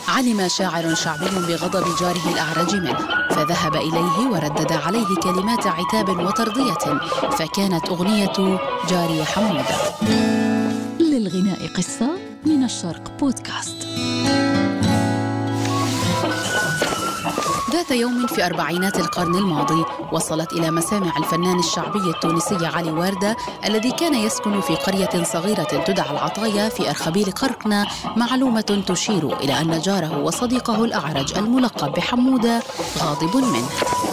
علم شاعر شعبي بغضب جاره الأعرج منه، فذهب إليه وردد عليه كلمات عتاب وترضية، فكانت أغنية جاري حمودة. للغناء قصة من الشرق بودكاست. ذات يوم في أربعينات القرن الماضي وصلت إلى مسامع الفنان الشعبي التونسي علي وردة الذي كان يسكن في قرية صغيرة تدعى العطايا في أرخبيل قرقنة معلومة تشير إلى أن جاره وصديقه الأعرج الملقب بحمودة غاضب منه.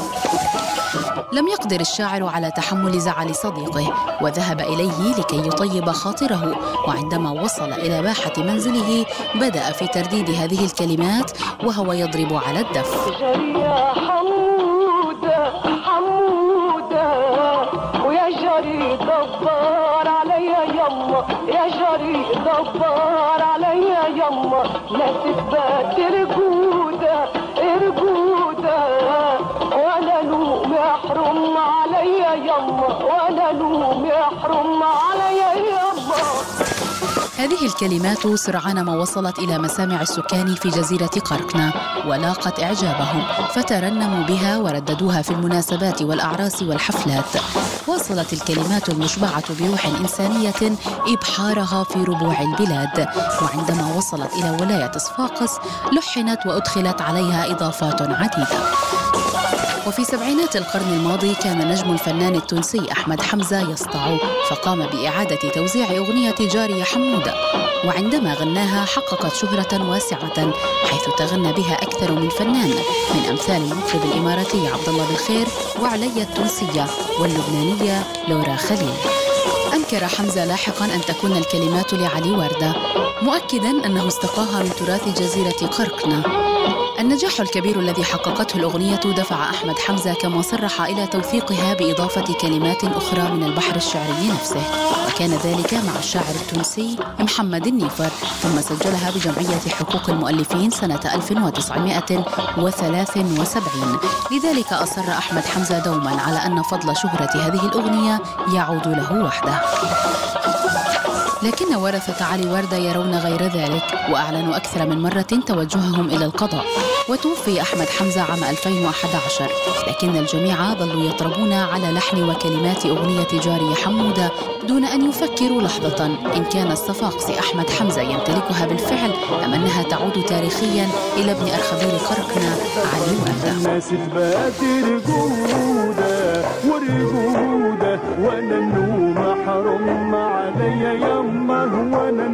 لم يقدر الشاعر على تحمل زعل صديقه وذهب إليه لكي يطيب خاطره، وعندما وصل إلى باحة منزله بدأ في ترديد هذه الكلمات وهو يضرب على الدف. يا حمودة حمودة ويا جري دبار عليا يما، يا جري دبار عليا يما، لا تثبت رقودة رقودة ولا لوم يحرم عليا يما، ولا لوم يحرم عليا يما. هذه الكلمات سرعان ما وصلت إلى مسامع السكان في جزيرة قرقنة ولاقت إعجابهم، فترنموا بها ورددوها في المناسبات والأعراس والحفلات. واصلت الكلمات المشبعة بروح إنسانية إبحارها في ربوع البلاد، وعندما وصلت إلى ولاية صفاقس لحنت وأدخلت عليها إضافات عديدة. وفي سبعينات القرن الماضي كان نجم الفنان التونسي أحمد حمزة يسطع، فقام بإعادة توزيع أغنية جاري حمودة، وعندما غناها حققت شهرة واسعة حيث تغنى بها أكثر من فنان من أمثال المطرب الإماراتي عبد الله بالخير وعليا التونسية واللبنانية لورا خليل. أنكر حمزة لاحقاً أن تكون الكلمات لعلي وردة، مؤكداً أنه استقاها من تراث جزيرة قرقنة. النجاح الكبير الذي حققته الأغنية دفع أحمد حمزة كما صرح إلى توثيقها بإضافة كلمات أخرى من البحر الشعري نفسه، وكان ذلك مع الشاعر التونسي محمد النيفر، ثم سجلها بجمعية حقوق المؤلفين سنة 1973. لذلك أصر أحمد حمزة دوما على أن فضل شهرة هذه الأغنية يعود له وحده. لكن ورثة علي وردة يرون غير ذلك، وأعلنوا أكثر من مرة توجههم إلى القضاء. وتوفي أحمد حمزة عام 2011، لكن الجميع ظلوا يطربون على لحن وكلمات أغنية جاري حمودة دون أن يفكروا لحظة إن كان الصفاقسي أحمد حمزة يمتلكها بالفعل أم أنها تعود تاريخيا إلى ابن أرخبيل قرقنة علي وردة. الناس تبات رقودة ورقودة وانا النوم حرم عليا يما، وانا